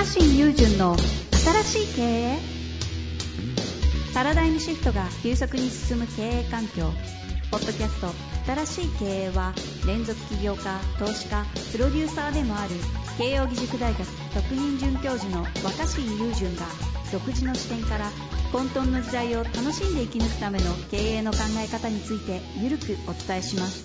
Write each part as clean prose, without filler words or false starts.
新雄純の新しい経営。パラダイムシフトが急速に進む経営環境。ポッドキャスト新しい経営は、連続起業家、投資家、プロデューサーでもある慶應義塾大学特任准教授の若新雄純が、独自の視点から混沌の時代を楽しんで生き抜くための経営の考え方についてゆるくお伝えします。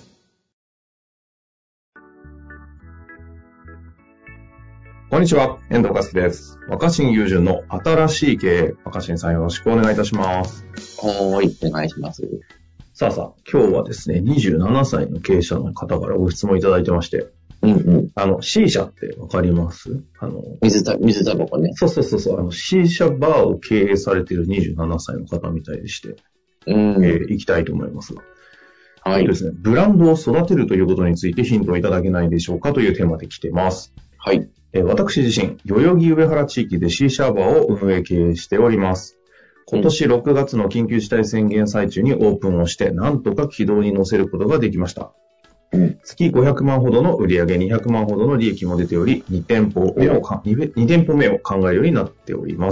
こんにちは、遠藤和樹です。若新雄純の新しい経営。若新さん、よろしくお願いいたします。 はい、お願いします。 さあ、今日はですね、27歳の経営者の方からご質問いただいてまして、C 社ってわかります？ 水タバコね。 そう、C 社バーを経営されている27歳の方みたいでして、行きたいと思いますが。はい。ですね、ブランドを育てるということについてヒントをいただけないでしょうかというテーマで来てます。 はい。 私自身、代々木上原地域で C 社バーを運営経営しております。今年6月の緊急事態宣言最中にオープンをして、なんとか軌道に乗せることができました。月500万ほどの売上、200万ほどの利益も出ており、2店舗目を考えるようになっております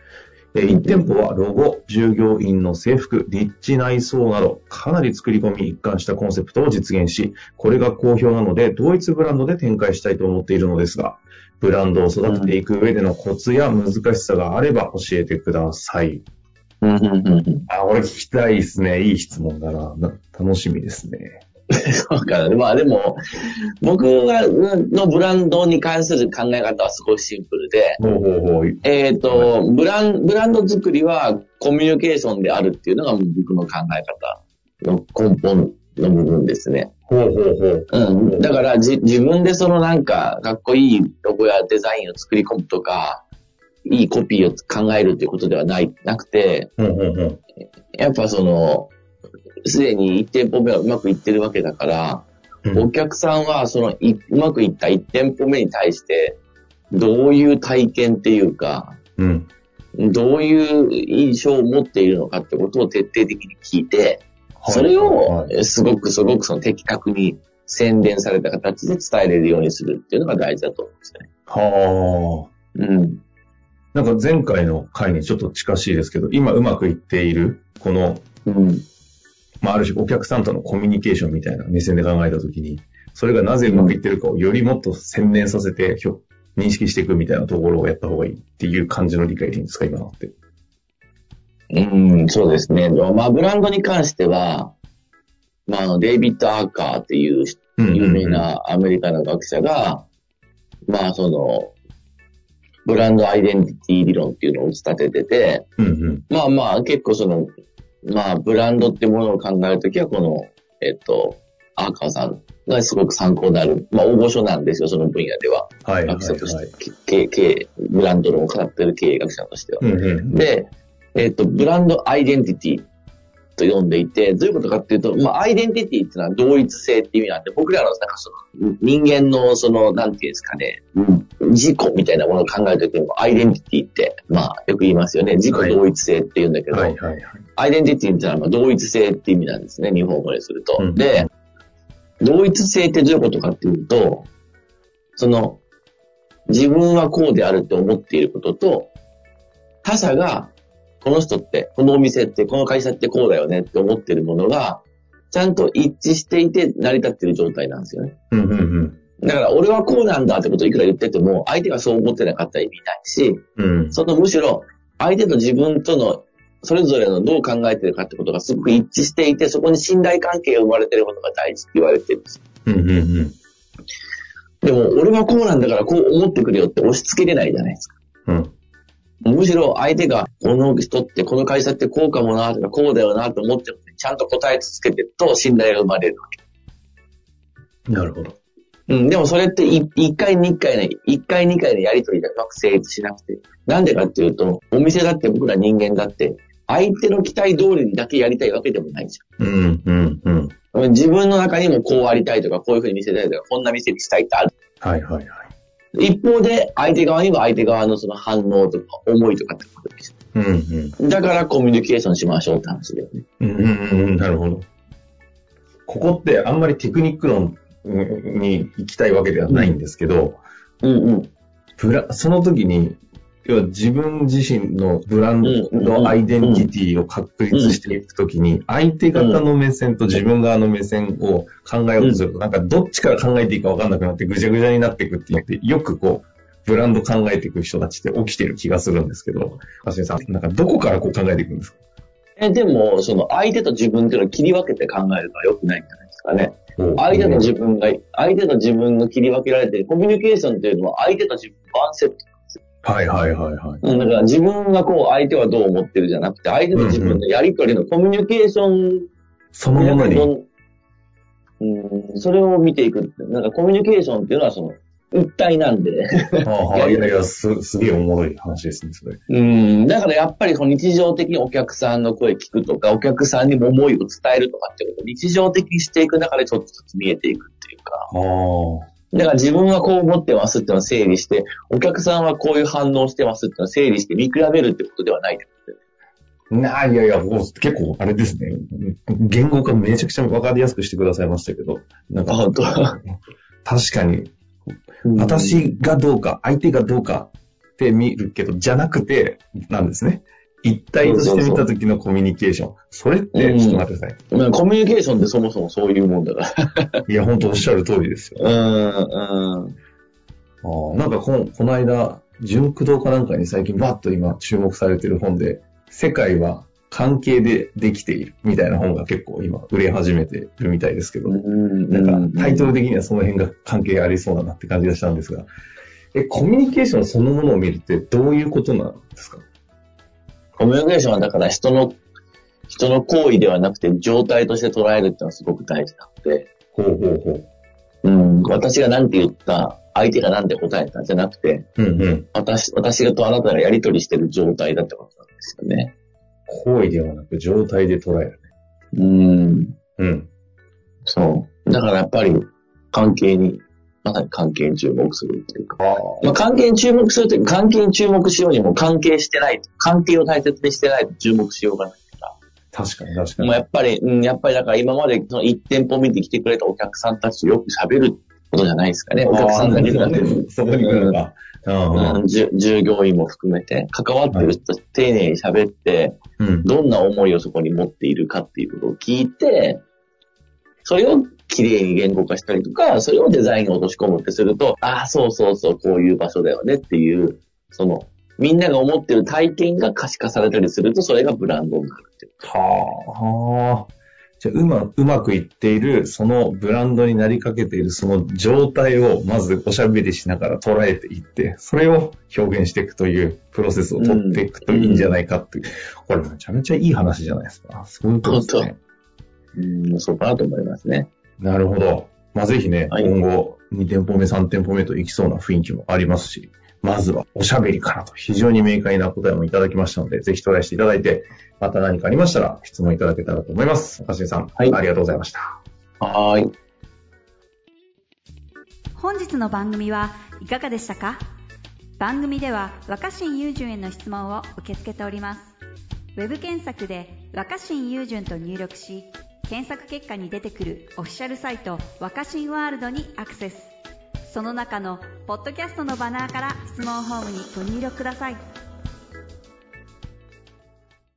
。1店舗はロゴ、従業員の制服、立地内装など、かなり作り込み一貫したコンセプトを実現し、これが好評なので、同一ブランドで展開したいと思っているのですが、ブランドを育てていく上でのコツや難しさがあれば教えてください。これ聞きたいですね。いい質問だな。楽しみですね。 そうかな。まあでも、僕のブランドに関する考え方はすごいシンプルで、ブランド作りはコミュニケーションであるっていうのが僕の考え方の根本の部分ですね。だから自分でかっこいいロゴやデザインを作り込むとか、いいコピーを考えるっていうことではなくて、やっぱすでに1店舗目はうまくいってるわけだから、お客さんはうまくいった1店舗目に対して、どういう体験っていうか、どういう印象を持っているのかってことを徹底的に聞いて、それをすごく的確に宣伝された形で伝えれるようにするっていうのが大事だと思うんですよね。 なんか前回の回にちょっと近しいですけど、今うまくいっている、この、ある種お客さんとのコミュニケーションみたいな目線で考えたときに、それがなぜうまくいってるかをよりもっと洗練させて認識していくみたいなところをやった方がいいっていう感じの理解でいいんですか、今のって。 そうですね。ブランドに関しては、デイビッド・アーカーっていう有名なアメリカの学者が、ブランドアイデンティティ理論っていうのを打ち立ててて、結構ブランドってものを考えるときは、アーカーさんがすごく参考になる、大御所なんですよ、その分野では。学者として、ブランド論を語っている経営学者としては。で、ブランドアイデンティティと呼んでいて、どういうことかっていうと、アイデンティティっていうのは同一性っていう意味なんで、僕らの人間のなんていうんですかね、自己みたいなものを考えるときも、アイデンティティって、よく言いますよね。自己同一性って言うんだけど、アイデンティティっていうのは同一性って意味なんですね、日本語にすると。で、同一性ってどういうことかっていうと、自分はこうであるって思っていることと、他者が、この人って、このお店って、この会社ってこうだよねって思ってるものが、ちゃんと一致していて成り立ってる状態なんですよね。だから、俺はこうなんだってことをいくら言ってても、相手がそう思ってなかったら意味ないし、むしろ、相手と自分との、それぞれのどう考えてるかってことがすごく一致していて、そこに信頼関係が生まれてることが大事って言われてるんです。でも、俺はこうなんだからこう思ってくれよって押し付けれないじゃないですか。むしろ相手が、この人って、この会社ってこうかもなとか、こうだよなと思っても、ちゃんと答え続けてると信頼が生まれるわけ。 なるほど。 でもそれって1回2回のやりとりでうまく成立しなくて。なんでかっていうと、お店だって僕ら人間だって、相手の期待通りにだけやりたいわけでもないじゃん。自分の中にもこうありたいとか、こういうふうに見せたいとか、こんな店にしたいってある。一方で、相手側には相手側の反応とか、思いとかってことですよ。だからコミュニケーションしましょうって話だよね。 なるほど。ここってあんまりテクニック論に行きたいわけではないんですけど、 その時に、要は自分自身のブランドのアイデンティティを確立していくときに、相手方の目線と自分側の目線を考えようとすると、なんかどっちから考えていいか分かんなくなってぐちゃぐちゃになっていくって言って、よくこう、ブランド考えていく人たちって起きてる気がするんですけど、橋根さん、なんかどこからこう考えていくんですか？ でも、その相手と自分っていうのを切り分けて考えるのは良くないんじゃないですかね。相手と自分が切り分けられて、コミュニケーションっていうのは相手と自分のワンセット。 はいはいはいはい。 だから自分がこう相手はどう思ってるじゃなくて、相手と自分のやりとりのコミュニケーション、 そのものに。 それを見ていく。なんかコミュニケーションっていうのはその、一体なんで。 いや、すげえおもろい話ですね、それ。 だからやっぱり日常的にお客さんの声聞くとか、お客さんにも思いを伝えるとかってことを日常的にしていく中でちょっとずつ見えていくっていうか。だから自分はこう思ってますっていうのを整理して、お客さんはこういう反応してますっていうのを整理して見比べるってことではないってことで。 いや、もう結構あれですね。言語化めちゃくちゃ分かりやすくしてくださいましたけど。なんか本当確かに、私がどうか、相手がどうかって見るけど、じゃなくて、なんですね。一体として見た時のコミュニケーション。それって、ちょっと待ってください。 コミュニケーションってそもそもそういうもんだから。 いや、本当おっしゃる通りですよ。なんかこの間、純駆動かなんかに最近バッと今注目されてる本で、世界は関係でできているみたいな本が結構今売れ始めてるみたいですけど、なんかタイトル的にはその辺が関係ありそうだなって感じがしたんですが、コミュニケーションそのものを見るってどういうことなんですか？ コミュニケーションはだから人の行為ではなくて状態として捉えるっていうのはすごく大事なので、私が何て言った、相手が何て答えたんじゃなくて、私がとあなたがやり取りしてる状態だってことなんですよね。 行為ではなく状態で捉えるね。 そう。だからやっぱりまさに関係に注目するっていうか。関係に注目するというか、関係に注目しようにも関係してない、関係を大切にしてないと注目しようがないから。 確かに。 もうやっぱりだから今までその1店舗見てきてくれたお客さんたちとよく喋ることじゃないですかね。お客さんだけじゃなくて。 そこに来るか。 従業員も含めて、関わってる人たち丁寧に喋って、どんな思いをそこに持っているかっていうことを聞いて、それをきれいに言語化したりとか、それをデザインに落とし込むってすると、そう、こういう場所だよねっていう、みんなが思ってる体験が可視化されたりすると、それがブランドになるっていう。 じゃあうまくいっている、そのブランドになりかけているその状態をまずおしゃべりしながら捉えていって、それを表現していくというプロセスを取っていくといいんじゃないかっていう。これめちゃめちゃいい話じゃないですか。そういうことですね。 そうかなと思いますね。 なるほど。ぜひね、今後2店舗目、3店舗目といきそうな雰囲気もありますし、まずはおしゃべりからと非常に明快な答えもいただきましたので、ぜひトライしていただいて、また何かありましたら質問いただけたらと思います。橋根さん、ありがとうございました。 本日の番組はいかがでしたか？番組では若新雄純への質問を受け付けております。ウェブ検索で若新雄純と入力し、検索結果に出てくるオフィシャルサイト若新ワールドにアクセス。その中のポッドキャストのバナーから質問フォームにご入力ください。